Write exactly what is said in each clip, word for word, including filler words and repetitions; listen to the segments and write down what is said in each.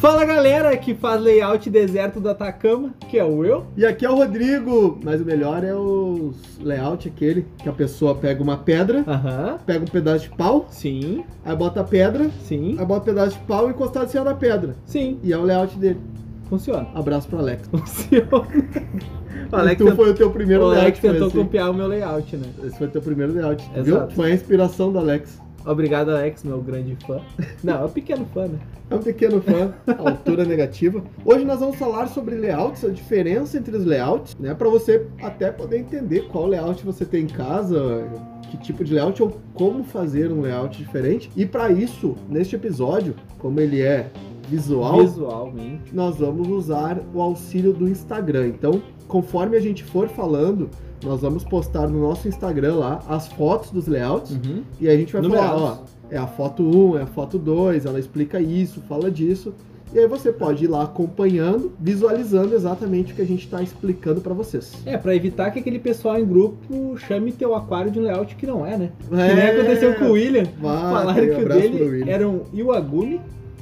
Fala galera que faz layout deserto do Atacama, que é o eu. E aqui é o Rodrigo, mas o melhor é o layout aquele que a pessoa pega uma pedra, Aham. pega um pedaço de pau, Sim, aí bota a pedra, sim, aí bota um pedaço de pau encostado em cima da pedra. sim. E é o layout dele. Funciona. Abraço pro Alex. Funciona. O Alex, E tu foi o teu primeiro o layout. Alex foi tentou assim. copiar o meu layout, né? Esse foi o teu primeiro layout, tu Exato. viu? Foi a inspiração do Alex. Obrigado, Alex, meu grande fã. Não, é um pequeno fã, né? É um pequeno fã, altura negativa. Hoje nós vamos falar sobre layouts, a diferença entre os layouts, né? Pra você até poder entender qual layout você tem em casa, que tipo de layout ou como fazer um layout diferente. E para isso, neste episódio, como ele é visual, Visualmente. nós vamos usar o auxílio do Instagram. Então, conforme a gente for falando, nós vamos postar no nosso Instagram lá as fotos dos layouts. Uhum. E aí a gente vai Numerados. falar, ó, é a foto um, é a foto dois, ela explica isso, fala disso. E aí você pode ir lá acompanhando, visualizando exatamente o que a gente está explicando para vocês. É, pra evitar que aquele pessoal em grupo chame teu aquário de um layout que não é, né? É. Que nem aconteceu com o William. Vai, Falaram que o abraço pro dele William. era um Iwagumi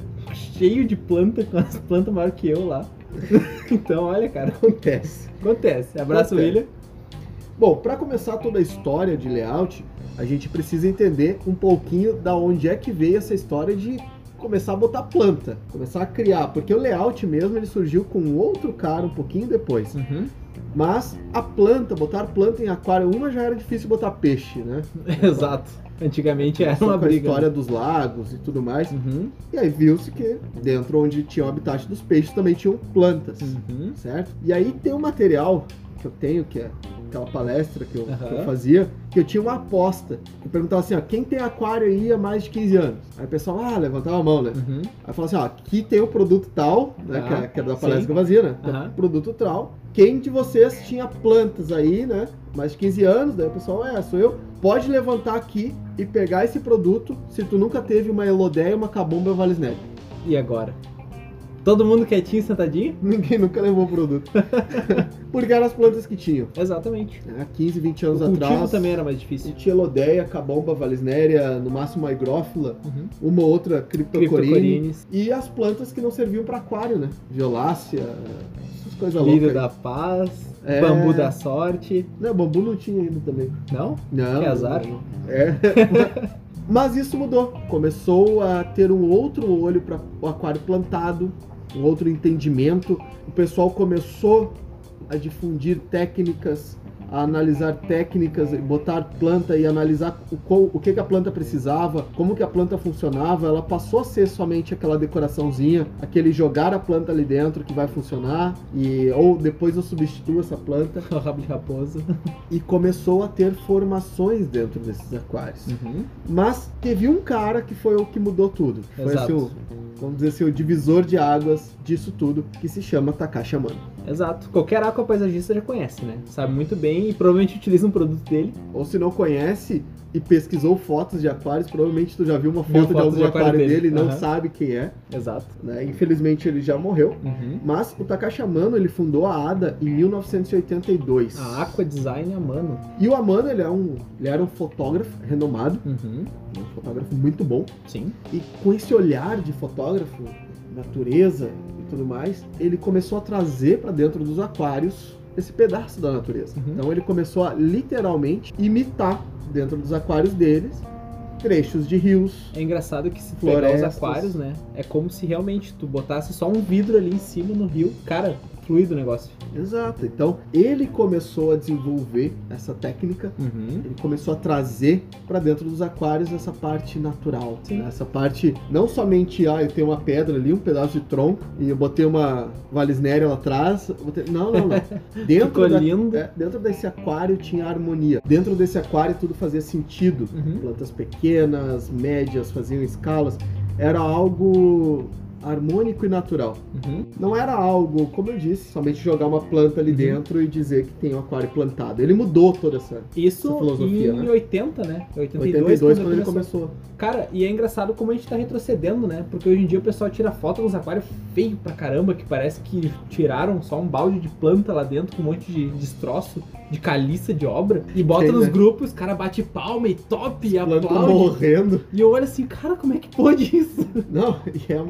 cheio de planta, com as plantas maiores que eu lá. Então, olha, cara, Acontece. acontece. Abraço, Acontece. William. Bom, para começar toda a história de layout, a gente precisa entender um pouquinho da onde é que veio essa história de começar a botar planta, começar a criar, porque o layout mesmo ele surgiu com um outro cara um pouquinho depois. Uhum. Mas a planta, botar planta em aquário, uma já era difícil botar peixe, né? Exato. Antigamente era Só uma com a briga. história né? dos lagos e tudo mais. Uhum. E aí viu-se que dentro onde tinha o habitat dos peixes também tinham plantas, Uhum. certo? E aí tem um material que eu tenho, que é aquela palestra que eu, Aham. que eu fazia, que eu tinha uma aposta. Eu perguntava assim, ó, quem tem aquário aí há mais de quinze anos? Aí o pessoal, ah, levantava a mão, né? Uhum. Aí eu falava assim, ó, aqui tem o produto tal, né, Tá. que, é, que é da palestra Sim. que eu fazia, né? Tem Aham. o produto tal. Quem de vocês tinha plantas aí, né? Mais de quinze anos, daí o pessoal, é, sou eu. Pode levantar aqui e pegar esse produto se tu nunca teve uma Elodéia, uma Cabomba Valisneria. E agora? Todo mundo quietinho, sentadinho? Ninguém nunca levou o produto. Porque eram as plantas que tinham. Exatamente. Né? quinze, vinte anos O cultivo atrás. também era mais E difícil. tinha Elodéia, Cabomba Valisneria, no máximo Hygrophylla, Uhum. uma ou outra Cryptocoryne. Cryptocorynes. E as plantas que não serviam para aquário, né? Violácea, essas coisas loucas. Lírio aí. da paz, É. bambu da sorte. Não, bambu não tinha ainda também. Não? Não. Que azar. não. É. Mas isso mudou. Começou a ter um outro olho para o aquário plantado, um outro entendimento. O pessoal começou a difundir técnicas, a analisar técnicas, botar planta e analisar o, qual- o que, que a planta precisava, como que a planta funcionava. Ela passou a ser somente aquela decoraçãozinha, aquele jogar a planta ali dentro que vai funcionar, e, ou depois eu substituo essa planta. O rabo de raposa. E começou a ter formações dentro desses aquários. Uhum. Mas teve um cara que foi o que mudou tudo. Foi Exato. assim, o, vamos dizer assim, o divisor de águas disso tudo, que se chama Takashi Amano. Exato. Qualquer aquapaisagista já conhece, né? Sabe muito bem e provavelmente utiliza um produto dele. Ou se não conhece e pesquisou fotos de aquários, provavelmente tu já viu uma Viu foto de fotos algum de aquário aquário dele, dele e não aham. sabe quem é. Exato. Né? Infelizmente ele já morreu. Uhum. Mas o Takashi Amano, ele fundou a ADA em mil novecentos e oitenta e dois. A Aqua Design Amano. E o Amano, ele, é um, ele era um fotógrafo renomado, Uhum. um fotógrafo muito bom. Sim. E com esse olhar de fotógrafo, natureza e tudo mais, ele começou a trazer para dentro dos aquários esse pedaço da natureza. Uhum. Então ele começou a literalmente imitar dentro dos aquários deles trechos de rios. É engraçado que se tu pegar os Florestas. aquários, né? É como se realmente tu botasse só um vidro ali em cima no rio. Cara, fluido o negócio. Exato. Então ele começou a desenvolver essa técnica. Uhum. Ele começou a trazer para dentro dos aquários essa parte natural, Sim. né? Essa parte não somente, ah, eu tenho uma pedra ali, um pedaço de tronco e eu botei uma valisnéria lá atrás. eu botei- Não, não, não. Dentro, Ficou da- lindo. é, dentro desse aquário tinha harmonia. Dentro desse aquário tudo fazia sentido. Uhum. Plantas pequenas, médias, faziam escalas. Era algo harmônico e natural. Uhum. Não era algo, como eu disse, somente jogar uma planta ali Uhum. dentro e dizer que tem um aquário plantado. Ele mudou toda essa, Isso essa filosofia, em né? oitenta, né? oitenta e dois, oitenta e dois, quando ele começou. começou. Cara, e é engraçado como a gente tá retrocedendo, né? Porque hoje em dia o pessoal tira foto nos aquários feio pra caramba, que parece que tiraram só um balde de planta lá dentro com um monte de destroço, de caliça de obra, e bota Tem, nos né? grupos, os caras bate palma e top, e Planta aplaude. morrendo. E eu olho assim, cara, como é que pode isso? Não, e, é, uma- e elas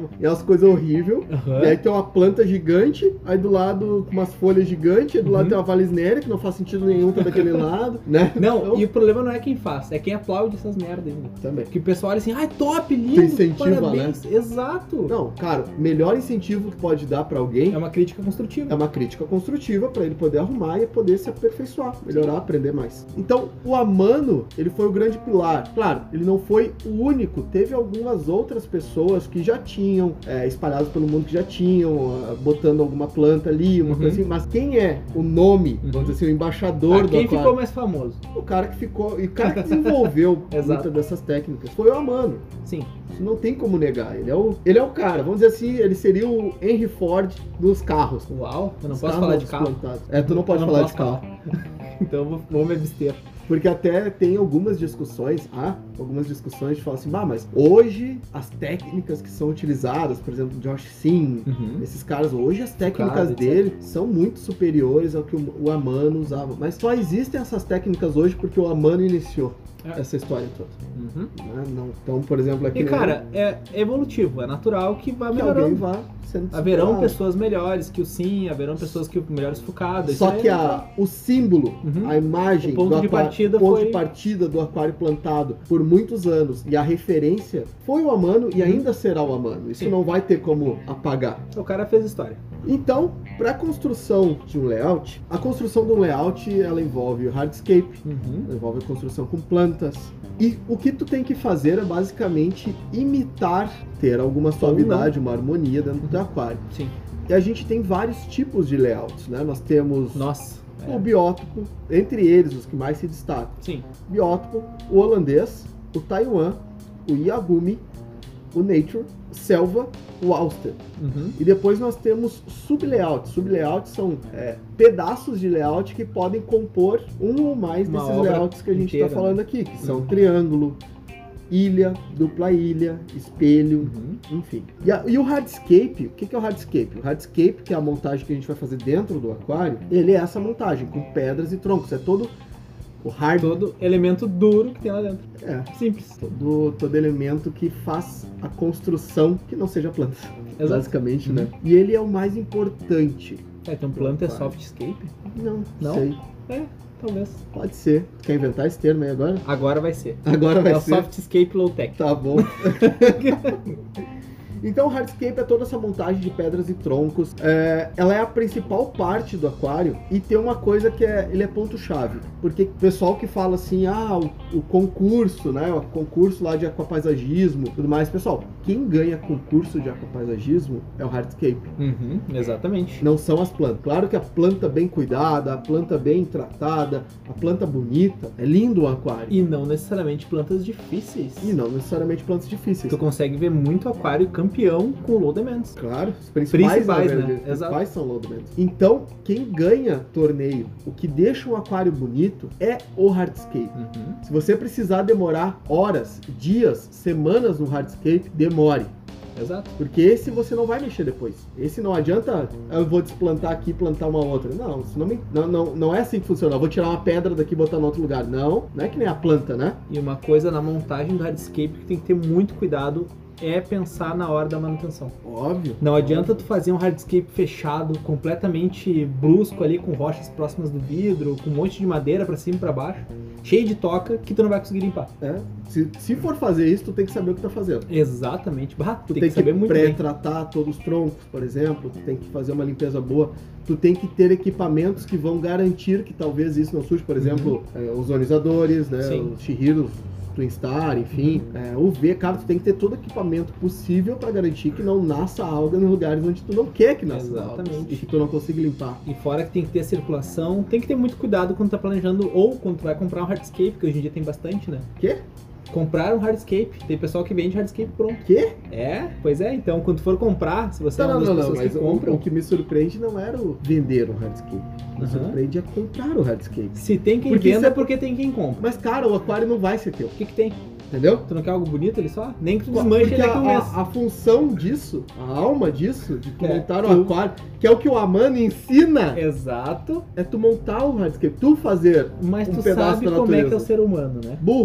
coisas horríveis. Aham. E aí tem uma planta gigante, aí do lado umas folhas gigantes, aí do lado Uhum. tem uma Valisneria, que não faz sentido nenhum tá daquele lado, né? Não, Então, e o problema não é quem faz, é quem aplaude essas merdas ainda. também. Que o pessoal olha assim, ai, top, lindo, incentiva, parabéns. Exato. Não, cara, o melhor incentivo que pode dar pra alguém É uma crítica construtiva. é uma crítica construtiva pra ele poder arrumar e poder se aperfeiçoar, melhorar, aprender mais. Então, o Amano, ele foi o grande pilar. Claro, ele não foi o único. Teve algumas outras pessoas que já tinham, é, espalhadas pelo mundo, que já tinham, ah, botando alguma planta ali, uma Uhum. coisa assim. Mas quem é o nome, Uhum. vamos dizer assim, o embaixador Ah, do quem aquário? ficou mais famoso? O cara que ficou, e o cara que desenvolveu Exato. muitas dessas técnicas foi o Amano. Sim. Isso não tem como negar. Ele é o, ele é o cara. Vamos dizer assim, ele seria o Henry Ford dos carros. Uau, eu não Os posso carros falar de carro. plantados. É, tu não pode Eu falar posso de carro. Então eu vou, vou me abster. Porque até tem algumas discussões, ah, algumas discussões de falar assim, ah, mas hoje as técnicas que são utilizadas, por exemplo, Josh Sim, Uhum. esses caras, hoje as técnicas Claro, etcétera. dele são muito superiores ao que o, o Amano usava. Mas só existem essas técnicas hoje porque o Amano iniciou É. essa história toda. Uhum. Né? Não, então, por exemplo, aqui E cara, é evolutivo, é natural que vai que alguém melhorando. vá sendo Haverão superado. pessoas melhores que o Sim, haverão pessoas que o melhores focadas. Só isso que aí é a, o símbolo, Uhum. a imagem, O ponto do de aquário- partida o ponto foi- de partida do aquário plantado por muitos anos e a referência foi o Amano e Uhum. ainda será o Amano. Isso Sim. não vai ter como apagar. O cara fez história. Então, para a construção de um layout, a construção de um layout ela envolve o hardscape, Uhum. envolve a construção com plantas. E o que tu tem que fazer é basicamente imitar, ter alguma suavidade, uma harmonia dentro do aquário. Sim. E a gente tem vários tipos de layouts, né? Nós temos Nossa. o É. biótopo, entre eles os que mais se destacam. Sim. Biótopo, o holandês, o Taiwan, o Yagumi, o Nature, selva, o Auster. Uhum. E depois nós temos sublayouts. Sublayouts são é, pedaços de layout que podem compor um ou mais Uma desses obra layouts que a gente inteira, está falando aqui, que são Uhum. triângulo, ilha, dupla ilha, espelho, Uhum. enfim. E, a- e o hardscape, o que, que é o hardscape? O hardscape, que é a montagem que a gente vai fazer dentro do aquário, ele é essa montagem, com pedras e troncos. É todo o hard... Todo elemento duro que tem lá dentro. É, Simples. todo, todo elemento que faz a construção que não seja planta, Exato. basicamente, Uhum. né? E ele é o mais importante. É, então planta é softscape? Não, Não? sei. É, talvez. Pode ser. Tu quer inventar esse termo aí agora? Agora vai ser. Agora vai é o ser. softscape low tech. Tá bom. Então o hardscape é toda essa montagem de pedras e troncos. É, ela é a principal parte do aquário e tem uma coisa que é, ele é ponto-chave. Porque o pessoal que fala assim, ah, o, o concurso, né? O concurso lá de aquapaisagismo, tudo mais. Pessoal, quem ganha concurso de aquapaisagismo é o hardscape. Uhum, exatamente. Não são as plantas. Claro que a planta bem cuidada, a planta bem tratada, a planta bonita, é lindo o aquário. E não necessariamente plantas difíceis. E não necessariamente plantas difíceis. Tu consegue ver muito aquário campeão com low demands. Claro, os principais, Principais, na né? verdade, os Exato. principais são low demand. Então, quem ganha torneio, o que deixa um aquário bonito é o hardscape. Uhum. Se você precisar demorar horas, dias, semanas no hardscape, demore. Exato. Porque esse você não vai mexer depois. Esse não adianta, eu vou desplantar aqui e plantar uma outra. Não, isso não, me- não, não, não é assim que funciona. Eu vou tirar uma pedra daqui e botar no outro lugar. Não, não é que nem a planta, né? E uma coisa na montagem do hardscape que tem que ter muito cuidado é pensar na hora da manutenção. Óbvio. Não adianta tu fazer um hardscape fechado, completamente brusco ali, com rochas próximas do vidro, com um monte de madeira pra cima e pra baixo, cheio de toca, que tu não vai conseguir limpar. É. Se, se for fazer isso, tu tem que saber o que tá fazendo. Exatamente. Bah, Tu tem, tem, que saber que muito bem. pré-tratar todos os troncos, por exemplo. Tu tem que fazer uma limpeza boa. Tu tem que ter equipamentos que vão garantir que talvez isso não surja. Por exemplo, é, os ionizadores, né? Sim. Os Shihiros, Twin Star, enfim. É, o V, cara, tu tem que ter todo o equipamento possível para garantir que não nasça alga nos lugares onde tu não quer que nasça alga. Exatamente. E que tu não consiga limpar. E fora que tem que ter circulação, tem que ter muito cuidado quando tá planejando, ou quando tu vai comprar um hardscape, que hoje em dia tem bastante, né? Quê? Comprar um hardscape. Tem pessoal que vende hardscape pronto. Quê? É, pois é. Então, quando tu for comprar, se você é Não, uma não, das não, não, pessoas mas que o, compram, o que me surpreende não era o vender um hardscape. Me Uhum. surpreende é comprar o hardscape. se tem quem Porque venda, isso é- é porque tem quem compra. Mas, cara, o aquário não vai ser teu, O que que tem? entendeu? Tu não quer algo bonito ali só? Nem que tu desmanche Porque ele daqui a um mês. a, a, a função disso, a alma disso, de tu É, montar tu- um aquário, que é o que o Amano ensina, Exato. é tu montar o hardscape, tu fazer Mas um tu pedaço sabe da como é que é o natureza. ser humano, né? burro.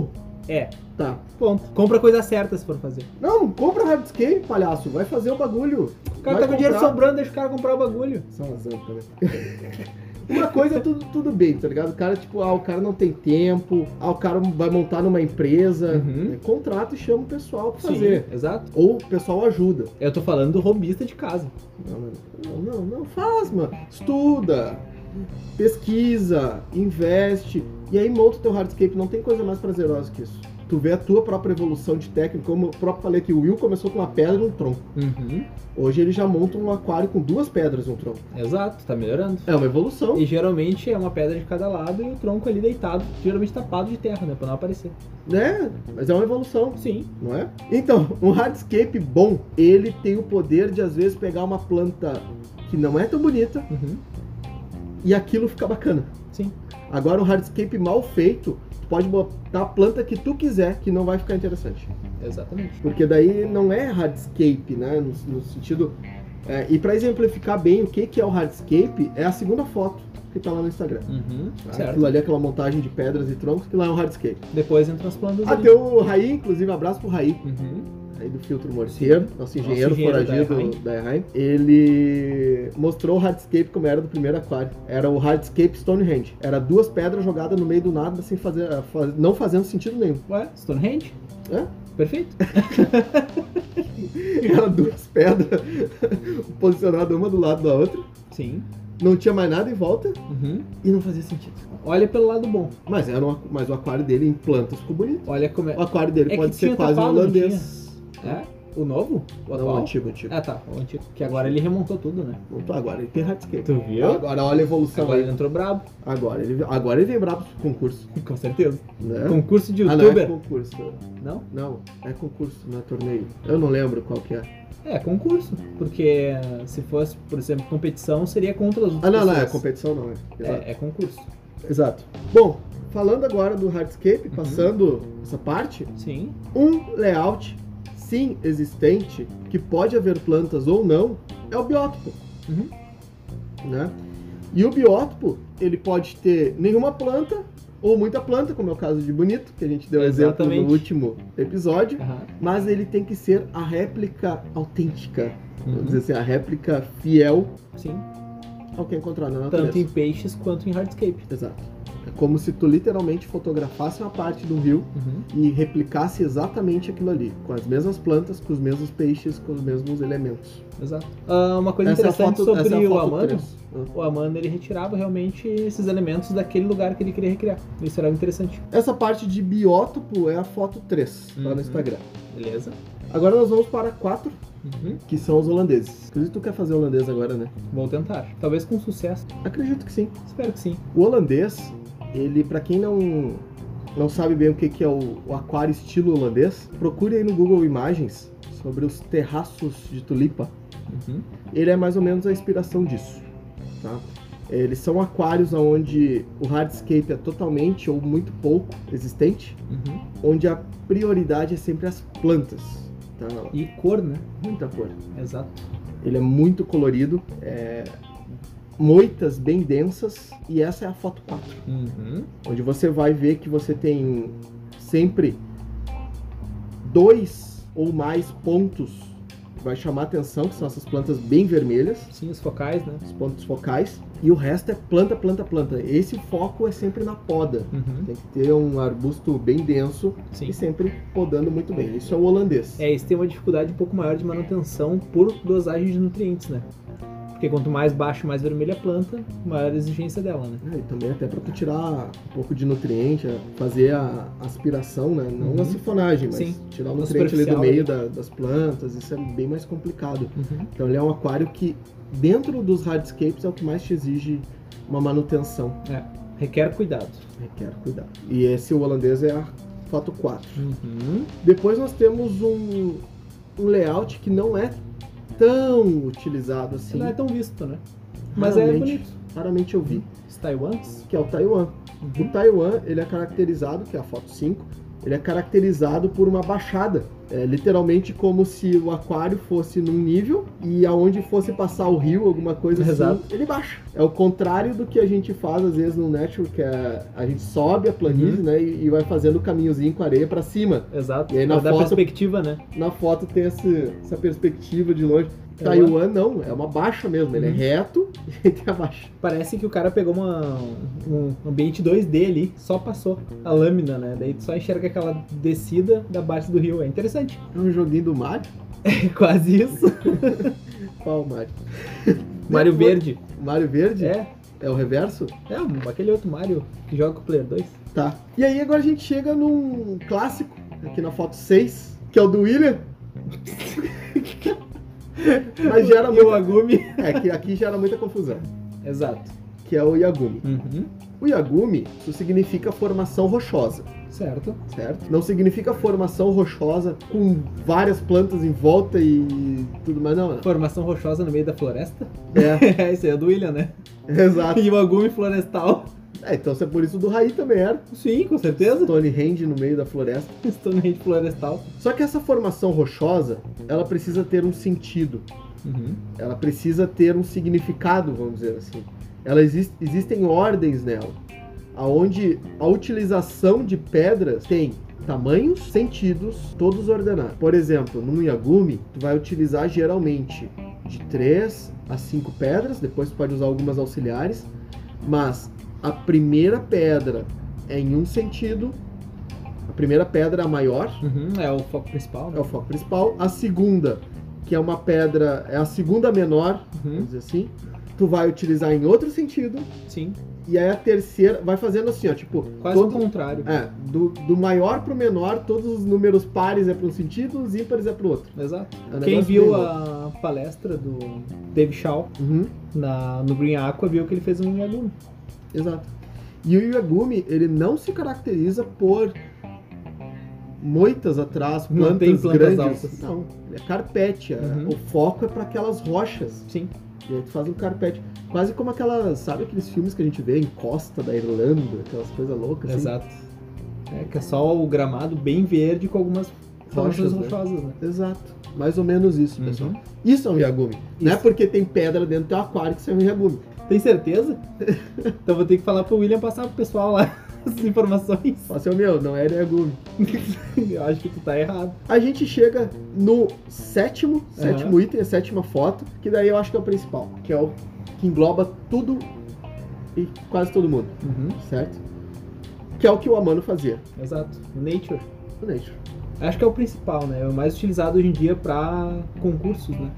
É, Tá. ponto. Compra a coisa certa se for fazer. Não, compra hardscape, palhaço. Vai fazer o bagulho. O cara Vai tá com dinheiro comprar. sobrando, deixa o cara comprar o bagulho. Só uma zanta, né? Uma coisa, tudo, tudo bem, tá ligado? O cara, tipo, ah, o cara não tem tempo, ah, o cara vai montar numa empresa, Uhum. né? Contrata e chama o pessoal pra Sim, fazer. exato. Ou o pessoal ajuda. Eu tô falando do robista de casa. Não, não, não, não faz, mano. Estuda, pesquisa, investe, e aí monta o teu hardscape. Não tem coisa mais prazerosa que isso. Tu vê a tua própria evolução de técnica, como eu próprio falei que o Will começou com uma pedra e um tronco. Uhum. Hoje ele já monta um aquário com duas pedras e um tronco. Exato, tá melhorando. É uma evolução. E geralmente é uma pedra de cada lado e o tronco ali deitado, geralmente tapado de terra, né? Pra não aparecer. Né? Mas é uma evolução. Sim. Não é? Então, um hardscape bom, ele tem o poder de às vezes pegar uma planta que não é tão bonita Uhum. e aquilo fica bacana. Sim. Agora um hardscape mal feito, tu pode botar a planta que tu quiser que não vai ficar interessante. Exatamente. Porque daí não é hardscape, né? No, no sentido... é, e para exemplificar bem o que, que é o hardscape, é a segunda foto que tá lá no Instagram. Uhum. Tá? Certo. Aquilo ali é aquela montagem de pedras e troncos, que lá é um hardscape. Depois entra as plantas Ah, ali. tem o Raí, inclusive, um abraço pro Raí. Uhum. Aí do Filtro Morceiro, nosso engenheiro, engenheiro da foragido Erraim. da Erraim. Ele mostrou o hardscape como era do primeiro aquário. Era o hardscape Stonehenge. Era duas pedras jogadas no meio do nada, sem fazer, faz- não fazendo sentido nenhum. Ué, Stonehenge? É? Perfeito. Era duas pedras posicionadas uma do lado da outra. Sim. Não tinha mais nada em volta Uhum. e não fazia sentido. Olha pelo lado bom. Mas, era um, aqu- mas o aquário dele em plantas ficou bonito. Olha como é. O aquário dele É pode que ser tinha quase um tapado, não holandês. É? O novo? O Não, atual? o antigo, o antigo. Ah, tá. O antigo. Que agora ele remontou tudo, né? Não tô agora, ele tem hardscape. Tu viu? Agora olha a evolução Agora aí. ele entrou brabo. Agora ele, agora ele vem brabo pro concurso. Com certeza. Né? Concurso de Ah, não é youtuber. concurso. Não? Não, é concurso, não é torneio. Eu não lembro qual que é. É, concurso. Porque se fosse, por exemplo, competição, seria contra as outras Ah, não, não, é pessoas. competição não é. Exato. É, é concurso. Exato. Bom, falando agora do hardscape, Uhum. passando essa parte, Sim. um layout, sim, existente, que pode haver plantas ou não, é o biótopo, Uhum. né? E o biótopo, ele pode ter nenhuma planta ou muita planta, como é o caso de Bonito, que a gente deu exemplo Exatamente. no último episódio, Aham. mas ele tem que ser a réplica autêntica, Uhum. vamos dizer assim, a réplica fiel Sim. ao que é encontrado na natureza. Tanto em peixes quanto em hardscape. Exato. É como se tu literalmente fotografasse uma parte do rio Uhum. e replicasse exatamente aquilo ali, com as mesmas plantas, com os mesmos peixes, com os mesmos elementos. Exato. Ah, uma coisa Essa é a interessante foto- sobre essa é a o foto Amano, três. Ah. o Amano ele retirava realmente esses elementos daquele lugar que ele queria recriar. Isso era interessante. Essa parte de biótopo é a foto três, lá Uhum. no Instagram. Beleza? Agora nós vamos para a quatro, Uhum. que são os holandeses. Inclusive tu quer fazer holandês agora, né? Vou tentar. Talvez com sucesso. Acredito que sim. Espero que sim. O holandês, ele, pra quem não, não sabe bem o que que é o, o aquário estilo holandês, procure aí no Google Imagens sobre os terraços de tulipa. Uhum. Ele é mais ou menos a inspiração disso, tá? Eles são aquários onde o hardscape é totalmente ou muito pouco existente, Uhum. onde a prioridade é sempre as plantas, tá? E cor, né? Muita cor. Exato. Ele é muito colorido, é... moitas bem densas, e essa é a foto quatro, Uhum. onde você vai ver que você tem sempre dois ou mais pontos que vai chamar atenção, que são essas plantas bem vermelhas, Sim, os focais, né? os pontos focais, e o resto é planta, planta, planta. Esse foco é sempre na poda. Uhum. Tem que ter um arbusto bem denso Sim. e sempre podando muito bem. Isso é o holandês. É, esse tem uma dificuldade um pouco maior de manutenção por dosagem de nutrientes, né? Porque quanto mais baixo, mais vermelha a planta, maior a exigência dela, né? Ah, e também até para tu tirar um pouco de nutriente, fazer a aspiração, né? Não Uhum. a sifonagem, mas Sim. tirar o No nutriente ali do superficial, meio ali. da- das plantas, isso é bem mais complicado. Uhum. Então ele é um aquário que, dentro dos hardscapes, é o que mais te exige uma manutenção. É, requer cuidado. Requer cuidado. E esse o holandês é a foto quatro. Uhum. Depois nós temos um, um layout que não é tão utilizado assim. Não é tão visto, né? Mas é Raramente- bonito. Raramente eu vi. Os Taiwans? Que é o Taiwan. Uhum. O Taiwan, ele é caracterizado, que é a foto cinco, ele é caracterizado por uma baixada. É literalmente como se o aquário fosse num nível e aonde fosse passar o rio, alguma coisa Exato. assim, ele baixa. É o contrário do que a gente faz às vezes no Natural, que é a gente sobe a planície, Uhum. né, e, e vai fazendo o caminhozinho com areia pra cima. Exato. E aí na Pra dar foto- perspectiva, né? Na foto tem esse, essa perspectiva de longe. É Taiwan não, é uma baixa mesmo, ele Uhum. é reto e tem a baixa. Parece que o cara pegou uma, um ambiente dois D ali, só passou a lâmina, né? Daí tu só enxerga aquela descida da base do rio. É interessante. É um joguinho do Mario. É quase isso. Qual Mario? Mario Verde. Mario Verde? É, É o reverso? é um- aquele outro Mario que joga com o Player dois. Tá. E aí agora a gente chega num clássico, aqui na foto seis, que é o do William. Mas gera E o muita... Agumi. É, que aqui gera muita confusão. Exato. Que é o Yagumi. Uhum. O Yagumi, isso significa formação rochosa, Certo. certo? Não significa formação rochosa com várias plantas em volta e tudo mais, não. não. Formação rochosa no meio da floresta. É, Esse aí é do William, né? exato. E o Agumi florestal. É, então se é por isso do Raí também era. Sim, com certeza. Stonehenge no meio da floresta. Stonehenge florestal. Só que essa formação rochosa, ela precisa ter um sentido. Uhum. Ela precisa ter um significado, vamos dizer assim. Ela existe, existem ordens nela, aonde a utilização de pedras tem tamanhos, sentidos, todos ordenados. Por exemplo, num Yagumi, tu vai utilizar geralmente de três a cinco pedras, depois tu pode usar algumas auxiliares, mas a primeira pedra é em um sentido, a primeira pedra é a maior, Uhum. É o foco principal, né? é o foco principal, a segunda, que é uma pedra, é a segunda menor, Uhum. vamos dizer assim, tu vai utilizar em outro sentido, Sim. e aí a terceira vai fazendo assim, ó, tipo, Quase todo- o contrário. é, do, do maior pro menor, todos os números pares é para um sentido, os ímpares é para o outro. Exato. É um Quem negócio viu bem louco. a palestra do Dave Shaw Uhum, na, no Green Aqua viu que ele fez um Yagumi. exato. E o Yagumi, ele não se caracteriza por moitas atrás, Não plantas, tem plantas grandes. altas. Não, ele é carpete. é- Uhum. O foco é para aquelas rochas. Sim. E aí tu faz um carpete. Quase como aquelas, sabe aqueles filmes que a gente vê em Costa da Irlanda, aquelas coisas loucas assim? Exato. É que é só o gramado bem verde com algumas formações Rochas, né? rochosas, né? Exato. Mais ou menos isso, Uhum. pessoal. Isso é um Yagumi. Não é Isso. porque tem pedra dentro do teu aquário que isso é um Yagumi. Tem certeza? Então vou ter que falar pro William passar pro pessoal lá as informações. Fala assim, "Ô, meu, não é Yagumi." Eu acho que tu tá errado. A gente chega no sétimo, Uhum. sétimo item, a sétima foto, que daí eu acho que é o principal, que é o que engloba tudo e quase todo mundo, Uhum. certo? Que é o que o Amano fazia Exato. Nature. no Nature. Acho que é o principal, né? É o mais utilizado hoje em dia pra concursos, né?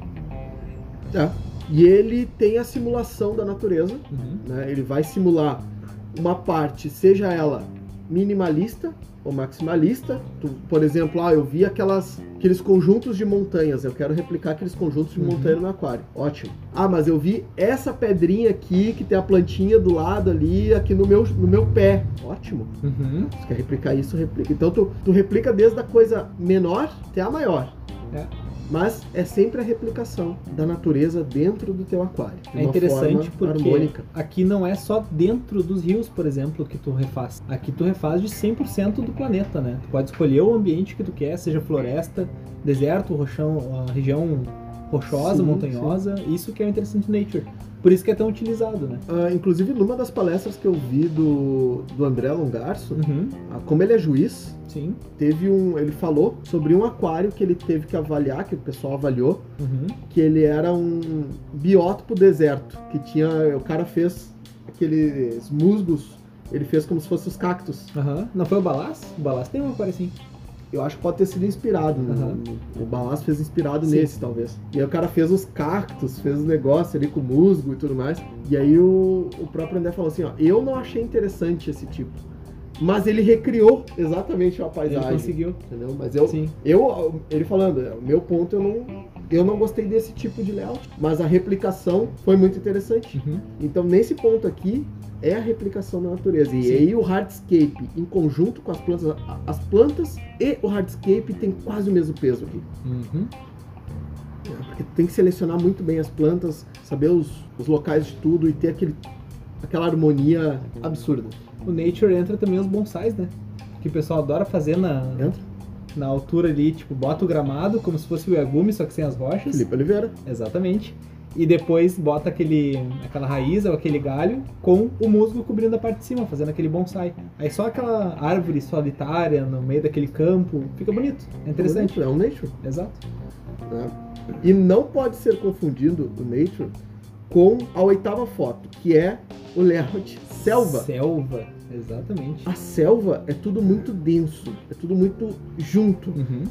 É. E ele tem a simulação da natureza, Uhum. né? Ele vai simular uma parte, seja ela minimalista ou maximalista. Tu, por exemplo, ah, eu vi aquelas, aqueles conjuntos de montanhas, eu quero replicar aqueles conjuntos de Uhum. montanha no aquário. Ótimo. Ah, mas eu vi essa pedrinha aqui, que tem a plantinha do lado ali, aqui no meu, no meu pé. Ótimo. Uhum. Se quer replicar isso, replica. Então tu, tu replica desde a coisa menor até a maior. É. Mas é sempre a replicação da natureza dentro do teu aquário. de É uma interessante forma porque harmônica. aqui não é só dentro dos rios, por exemplo, que tu refaz. Aqui tu refaz de cem por cento do planeta, né? Tu pode escolher o ambiente que tu quer, seja floresta, deserto, rochão, a região rochosa, Sim, montanhosa. Isso que é o interessante do Nature. Por isso que é tão utilizado, né? Ah, inclusive, numa das palestras que eu vi do, do André Longarço, Uhum. ah, como ele é juiz, Sim. teve um, ele falou sobre um aquário que ele teve que avaliar, que o pessoal avaliou, Uhum. que ele era um biótopo deserto, que tinha, o cara fez aqueles musgos, ele fez como se fossem os cactos. Aham. Não foi o Balas? O Balas tem um aquário assim. Eu acho que pode ter sido inspirado. no- Aham. O Balas fez inspirado Sim. nesse, talvez. E aí o cara fez os cactos, fez os negócios ali com musgo e tudo mais. E aí o, o próprio André falou assim, ó, eu não achei interessante esse tipo. Mas ele recriou exatamente a Ele paisagem. conseguiu. Entendeu? Mas eu, Sim. eu, ele falando, é, o meu ponto eu não, eu não gostei desse tipo de layout. Mas a replicação foi muito interessante. Uhum. Então, nesse ponto aqui, é a replicação da natureza. E Sim. aí o hardscape, em conjunto com as plantas, a- as plantas e o hardscape tem quase o mesmo peso aqui. Uhum. É, Porque tem que selecionar muito bem as plantas, saber os, os locais de tudo e ter aquele, aquela harmonia absurda. O Nature entra também os bonsais, né? que o pessoal adora fazer na, Entra. na altura ali, tipo, bota o gramado como se fosse o Yagumi, só que sem as rochas. Felipe Oliveira. Exatamente. E depois bota aquele, aquela raiz ou aquele galho com o musgo cobrindo a parte de cima, fazendo aquele bonsai. Aí só aquela árvore solitária no meio daquele campo, fica bonito, é interessante. É um nature. Exato. Né? E não pode ser confundido o nature com a oitava foto, que é o layout selva. Selva, exatamente. A selva é tudo muito denso, é tudo muito junto. Uhum.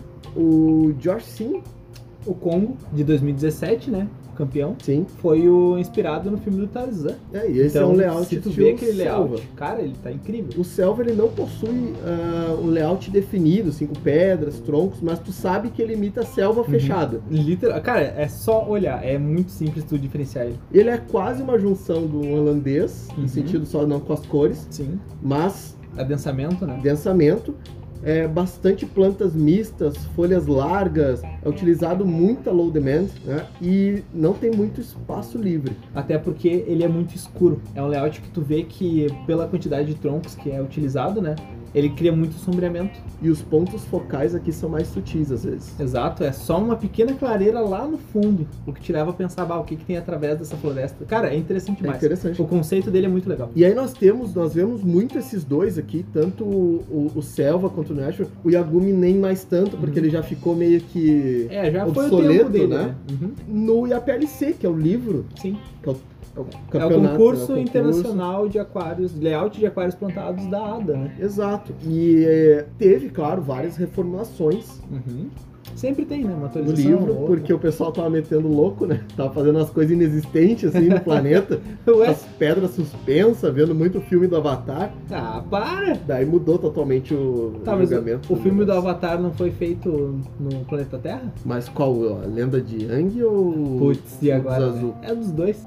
O Josh Sim, O Congo, de dois mil e dezessete, né? Campeão. sim, Foi o inspirado no filme do Tarzan. é, e esse então, é um layout se tu estilo vê aquele layout, selva. cara, ele tá incrível. O selva ele não possui ah, um layout definido, assim, com pedras, troncos, mas tu sabe que ele imita a selva fechada. Literal, cara, é só olhar, é muito simples tu diferenciar ele. Ele é quase uma junção do holandês, Uhum. no sentido só não com as cores, Sim. mas Adensamento, né? densamento. É bastante plantas mistas, folhas largas, é utilizado muita low demand, né? E não tem muito espaço livre. Até porque ele é muito escuro. É um layout que tu vê que, pela quantidade de troncos que é utilizado, né? Ele cria muito sombreamento. E os pontos focais aqui são mais sutis às vezes. Exato, é só uma pequena clareira lá no fundo, o que te leva a pensar, bah, o que, que tem através dessa floresta. Cara, é interessante É demais. interessante. O conceito dele é muito legal. E aí nós temos, nós vemos muito esses dois aqui, tanto o, o, o Selva quanto o Natural. O Yagumi nem mais tanto, porque Uhum. ele já ficou meio que É, já foi o obsoleto, tempo dele, né? né? Uhum. No I A P L C, que é o livro, Sim. que é o, é o É o campeonato, concurso né? O concurso. internacional de aquários, layout de aquários plantados da A D A, né? Exato. E é, teve, claro, várias reformulações Uhum. Sempre tem, né? Uma no atualização. livro, outra. porque o pessoal tava metendo louco, né? Tava fazendo as coisas inexistentes assim no planeta, Ué? as pedras suspensas, vendo muito filme do Avatar. Ah, para! Daí mudou totalmente o, Tá, o mas julgamento. o filme do negócio. Avatar não foi feito no planeta Terra? Mas qual? A Lenda de Aang ou Putz, e o agora? dos Azul? Né? É dos dois.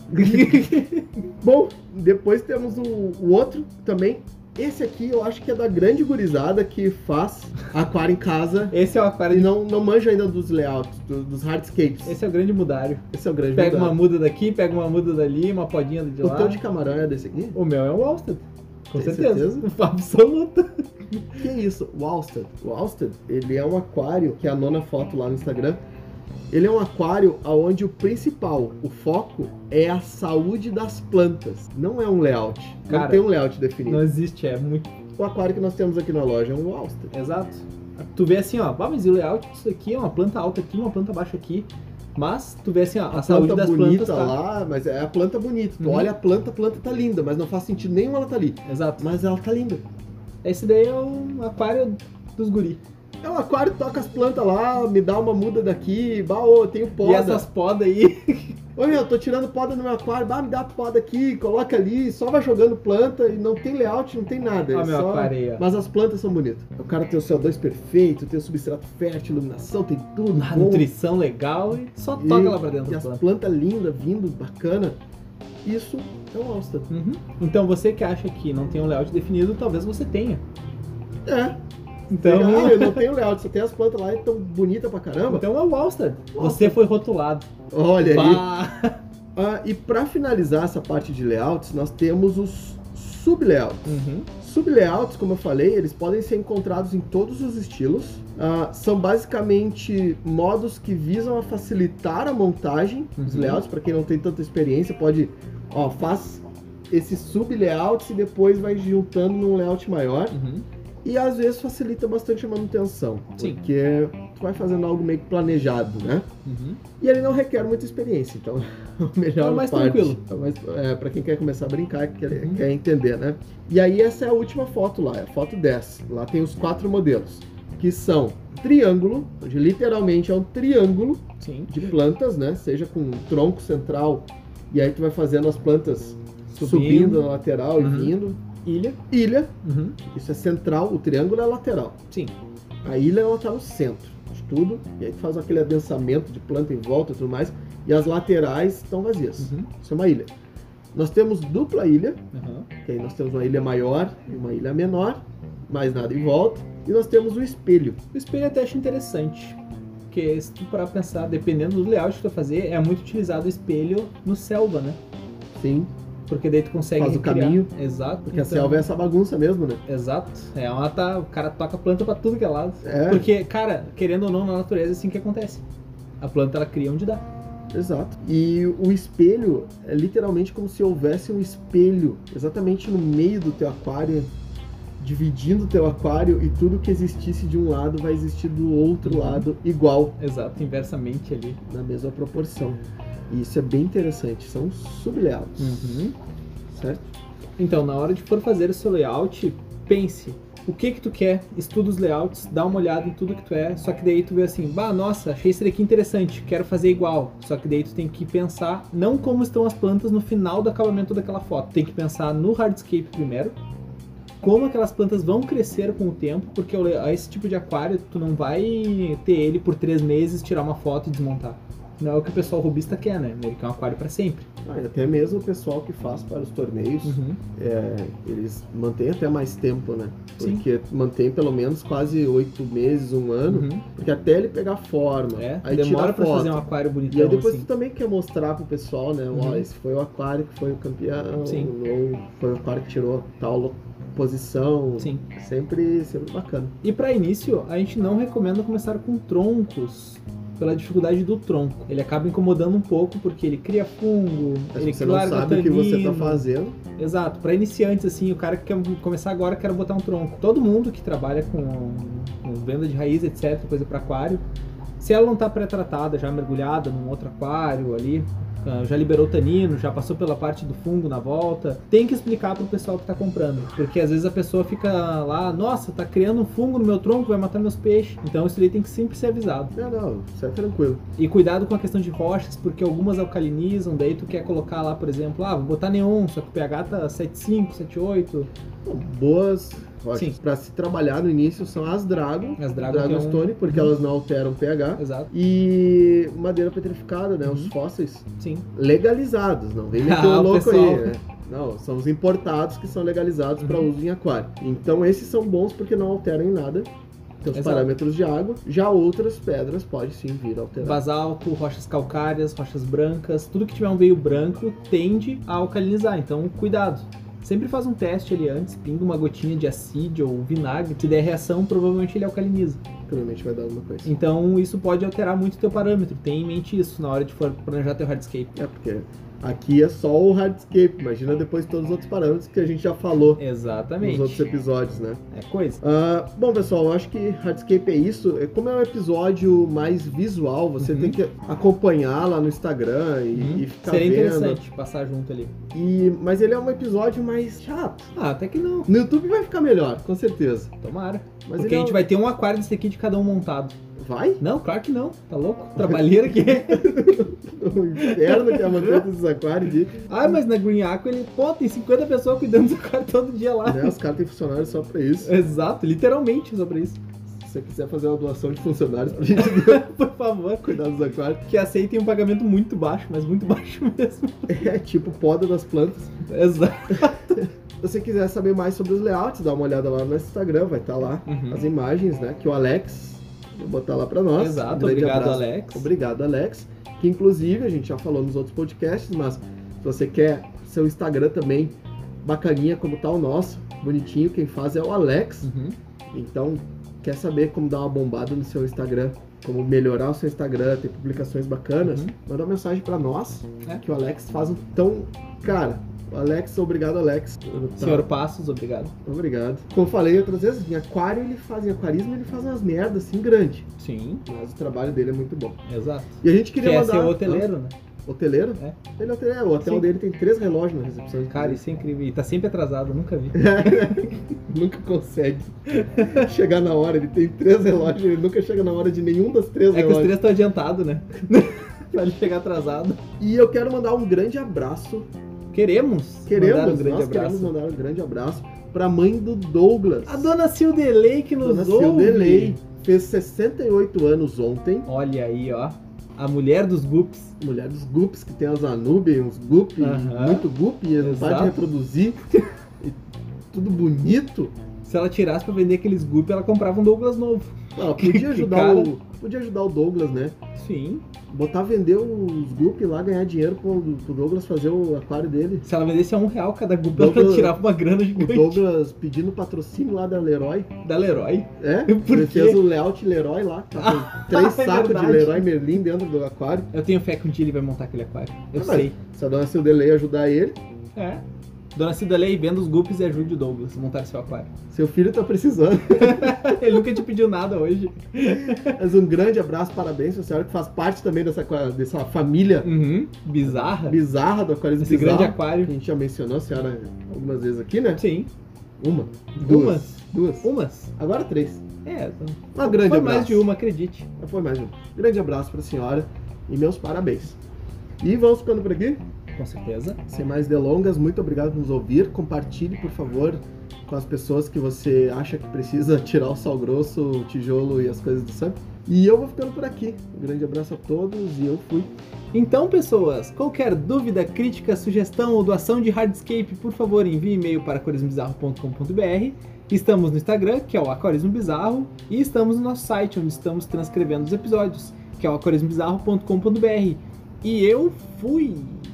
Bom, depois temos o, o outro também. Esse aqui eu acho que é da grande gurizada que faz aquário em casa Esse é o aquário e de... não, não manja ainda dos layouts, do- dos hardscapes. Esse é o grande mudário. Esse é o grande Pega mudar. uma muda daqui, pega uma muda dali, uma podinha de O lá. teu de camarão é desse aqui? O meu é o Alsted. Com Tem certeza. certeza? Absoluta. Que é isso? O Alsted. O Alsted, ele é um aquário, que é a nona foto lá no Instagram. Ele é um aquário onde o principal, o foco, é a saúde das plantas. Não é um layout. Não Cara, tem um layout definido. Não existe, é muito... O aquário que nós temos aqui na loja é um Alsted. Exato. Tu vê assim, ó, bah, mas o layout disso aqui é uma planta alta aqui, uma planta baixa aqui. Mas tu vê assim, ó, a, A saúde planta das bonita plantas tá... lá, mas é a planta bonita. Tu Uhum. olha a planta, a planta tá linda, mas não faz sentido nenhum ela tá ali. Exato. Mas ela tá linda. Esse daí é o aquário dos guri. É um aquário, toca as plantas lá, me dá uma muda daqui, bah, ô, eu tenho poda. E essas podas aí... Ô, meu, eu tô tirando poda no meu aquário, bah, me dá a poda aqui, coloca ali, só vai jogando planta e não tem layout, não tem nada. Ó, é meu só... aquário aí, ó. Mas as plantas são bonitas. O cara tem o C O dois perfeito, tem o substrato fértil, iluminação, tem tudo. A bom. nutrição legal e só E- toca lá pra dentro E da as planta. plantas lindas, vindo, bacana. Isso é um Alsted. Uhum. Então você que acha que não tem um layout definido, talvez você tenha. É. Então, Ah, eu não tenho layout, só tem as plantas lá e tão bonitas pra caramba. então é o Alsted. Você Alsted. foi rotulado. Olha aí. Bah. Ah, e pra finalizar essa parte de layouts, nós temos os sublayouts. Uhum. Sublayouts, como eu falei, eles podem ser encontrados em todos os estilos. Ah, são basicamente modos que visam a facilitar a montagem dos Uhum. layouts. Para quem não tem tanta experiência, pode, ó, faz esses sublayouts e depois vai juntando num layout maior. Uhum. E às vezes facilita bastante a manutenção, Sim. porque tu vai fazendo algo meio que planejado, né? Uhum. E ele não requer muita experiência, então a melhor É mais parte. tranquilo. É mais, é, pra quem quer começar a brincar, quer, Uhum. quer entender, né? E aí essa é a última foto lá, é a foto dez. Lá tem os quatro modelos, que são triângulo, onde literalmente é um triângulo Sim. de plantas, né? Seja com um tronco central, e aí tu vai fazendo as plantas subindo, Subindo. na lateral Uhum. e vindo. Ilha. Ilha, Uhum. isso é central, o triângulo é lateral. Sim. A ilha ela tá no centro de tudo, e aí tu faz aquele adensamento de planta em volta e tudo mais, e as laterais estão vazias. Uhum. Isso é uma ilha. Nós temos dupla ilha, Uhum. que aí nós temos uma ilha maior e uma ilha menor, mais nada em volta, e nós temos o espelho. O espelho eu até acho interessante. Porque se tu parar pra pensar, dependendo do layout que tu vai fazer, é muito utilizado o espelho no selva, né? Sim. Porque daí tu consegue Faz o criar. caminho. Exato. Porque a selva é essa bagunça mesmo, né? Exato. É, ela tá, o cara toca a planta pra tudo que é lado. É. Porque, cara, querendo ou não, na natureza é assim que acontece. A planta, ela cria onde dá. Exato. E o espelho é literalmente como se houvesse um espelho exatamente no meio do teu aquário, dividindo o teu aquário, e tudo que existisse de um lado vai existir do outro Uhum. lado igual, Exato, inversamente ali. na mesma proporção. E isso é bem interessante. São sublayouts, Uhum. certo? Então, na hora de for fazer o seu layout, pense o que que tu quer, estuda os layouts, dá uma olhada em tudo que tu é, só que daí tu vê assim, bah, nossa, achei esse daqui interessante, quero fazer igual. Só que daí tu tem que pensar não como estão as plantas no final do acabamento daquela foto, tem que pensar no hardscape primeiro, como aquelas plantas vão crescer com o tempo, porque o- esse tipo de aquário tu não vai ter ele por três meses, tirar uma foto e desmontar. Não é o que o pessoal robista quer, né? Ele quer um aquário para sempre. Ah, e até mesmo o pessoal que faz para os torneios, Uhum. é, eles mantêm até mais tempo, né? Sim. Porque mantém pelo menos quase oito meses, um ano, Uhum. porque até ele pegar forma, É, aí demora tira pra foto. fazer um aquário bonitão E aí depois assim. tu também quer mostrar pro pessoal, né? Ó, Uhum. esse foi o aquário que foi o campeão, Sim. ou foi o aquário que tirou tal lo- posição. Sim. Sempre, sempre bacana. E para início, a gente não recomenda começar com troncos, pela dificuldade do tronco. Ele acaba incomodando um pouco porque ele cria fungo, Mas ele você não larga sabe o que você tá tanino. fazendo. Exato, para iniciantes assim, o cara que quer começar agora quer botar um tronco. Todo mundo que trabalha com, com venda de raiz, etc, coisa para aquário, se ela não tá pré-tratada, já mergulhada num outro aquário ali, já liberou tanino, já passou pela parte do fungo na volta, tem que explicar pro pessoal que tá comprando, porque às vezes a pessoa fica lá, nossa, tá criando um fungo no meu tronco, vai matar meus peixes. Então isso aí tem que sempre ser avisado. Não, não, isso é tranquilo. E cuidado com a questão de rochas, porque algumas alcalinizam, daí tu quer colocar lá, por exemplo, ah, vou botar neon, só que o pH tá sete vírgula cinco, sete vírgula oito. Bom, boas rochas Sim. para se trabalhar no início são as Dragon, As Dragon tem um- Dragonstone, porque elas não alteram o pH. Exato. E madeira petrificada, né? Os Uhum. fósseis Sim. legalizados, não vem meter Ah, o o louco pessoal. aí, né? Não, são os importados que são legalizados para Uhum. uso em aquário. Então esses são bons porque não alteram em nada seus Exato. parâmetros de água. Já outras pedras pode sim vir a alterar. Basalto, rochas calcárias, rochas brancas, tudo que tiver um veio branco tende a alcalinizar, então cuidado. Sempre faz um teste ali antes, pinga uma gotinha de assídio ou vinagre, se der reação, provavelmente ele alcaliniza. Provavelmente vai dar alguma coisa. Então isso pode alterar muito o teu parâmetro, tenha em mente isso na hora de for planejar teu hardscape. É porque aqui é só o hardscape, imagina depois todos os outros parâmetros que a gente já falou Exatamente. nos outros episódios, né? É coisa. Ah, bom, pessoal, eu acho que hardscape é isso. É, como é um episódio mais visual, você Uhum. tem que acompanhar lá no Instagram e, Uhum. e ficar Seria vendo. interessante passar junto ali. E, mas ele é um episódio mais chato. Ah, até que não. No YouTube vai ficar melhor, com certeza. Tomara. Mas Porque ele a gente é um- vai ter um aquário desse aqui de cada um montado. Vai? Não, claro que não. Tá louco? Trabalheira que é. O inferno que é manter esses aquários de... Ah, mas na Green Aqua ele, pô, tem cinquenta pessoas cuidando do aquário todo dia lá. Né, os caras têm funcionários só pra isso. Exato, literalmente sobre isso. Se você quiser fazer uma doação de funcionários pra gente Por favor, cuidar dos aquários, que aceitem um pagamento muito baixo, mas muito baixo mesmo. é tipo poda das plantas. Exato. Se você quiser saber mais sobre os layouts, dá uma olhada lá no nosso Instagram, vai estar lá Uhum. as imagens, né? Que o Alex vai botar lá pra nós. Exato, Um grande obrigado, abraço. Alex. Obrigado, Alex. Que inclusive a gente já falou nos outros podcasts, mas se você quer seu Instagram também bacaninha como tá o nosso, bonitinho, quem faz é o Alex. Uhum. Então, quer saber como dar uma bombada no seu Instagram, como melhorar o seu Instagram, ter publicações bacanas, Uhum. manda uma mensagem pra nós, É. que o Alex faz um tão... Cara, o Alex, obrigado, Alex. Tá- Senhor Passos, obrigado. Obrigado. Como eu falei outras vezes, em aquário ele faz, em aquarismo ele faz umas merdas assim grande, Sim, mas o trabalho dele é muito bom. exato. E a gente queria Quer mandar... ser hoteleiro, né? Hã? Hoteleiro? É. Ele é hoteleiro. O hotel Sim. dele tem três relógios na recepção. Cara, isso é incrível. E tá sempre atrasado, nunca vi. Nunca consegue chegar na hora. Ele tem três relógios, ele nunca chega na hora de nenhum das três É que os relógios. três estão adiantados, né? Pra ele chegar atrasado. E eu quero mandar um grande abraço. Queremos. Queremos, mandar um grande nós abraço. queremos mandar um grande abraço pra mãe do Douglas. A dona Cildelei que nos Dona ouve. Cildelei. Fez sessenta e oito anos ontem. Olha aí, ó. A mulher dos Gups. Mulher dos Gups, que tem as Anubis, uns Gup, Aham. muito Gup, e não para de Exato. reproduzir. E tudo bonito. Se ela tirasse pra vender aqueles Gup, ela comprava um Douglas novo. Ela podia Que ajudar cara. o. Podia ajudar o Douglas, né? Sim. botar vender os guppy lá, ganhar dinheiro pro, pro Douglas fazer o aquário dele. Se ela vendesse a um real cada guppy, ela Douglas- tirava uma grana O gigante. Douglas pedindo patrocínio lá da Leroy. Da Leroy. É? Por Ele quê? fez o layout Leroy lá. Tá com três É sacos de verdade. Leroy Merlin dentro do aquário. Eu tenho fé que um dia ele vai montar aquele aquário. Eu Ah, mas sei. Se a dona Cildelei ajudar ele, É. Dona Cidalei, venda os guppies e ajude o Douglas a montar seu aquário. seu filho tá precisando. Ele nunca te pediu nada hoje. Mas um grande abraço, parabéns, pra senhora que faz parte também dessa, dessa família Uhum. Bizarra. bizarra do Aquarismo Esse Bizarro. grande aquário. Que a gente já mencionou a senhora algumas vezes aqui, né? Sim. Uma. Umas. Duas. Umas. Agora três. É. Um grande Foi abraço. mais de uma, acredite. Já foi mais de um. Grande abraço pra senhora e meus parabéns. E vamos ficando por aqui. Com certeza. Sem mais delongas, muito obrigado por nos ouvir. Compartilhe, por favor, com as pessoas que você acha que precisa tirar o sal grosso, o tijolo e as coisas do sangue. E eu vou ficando por aqui. Um grande abraço a todos e eu fui. Então, pessoas, qualquer dúvida, crítica, sugestão ou doação de hardscape, por favor, envie e-mail para aquarismo bizarro ponto com ponto b r. Estamos no Instagram, que é o Aquarismo Bizarro, e estamos no nosso site, onde estamos transcrevendo os episódios, que é o aquarismo bizarro ponto com ponto b r. E eu fui!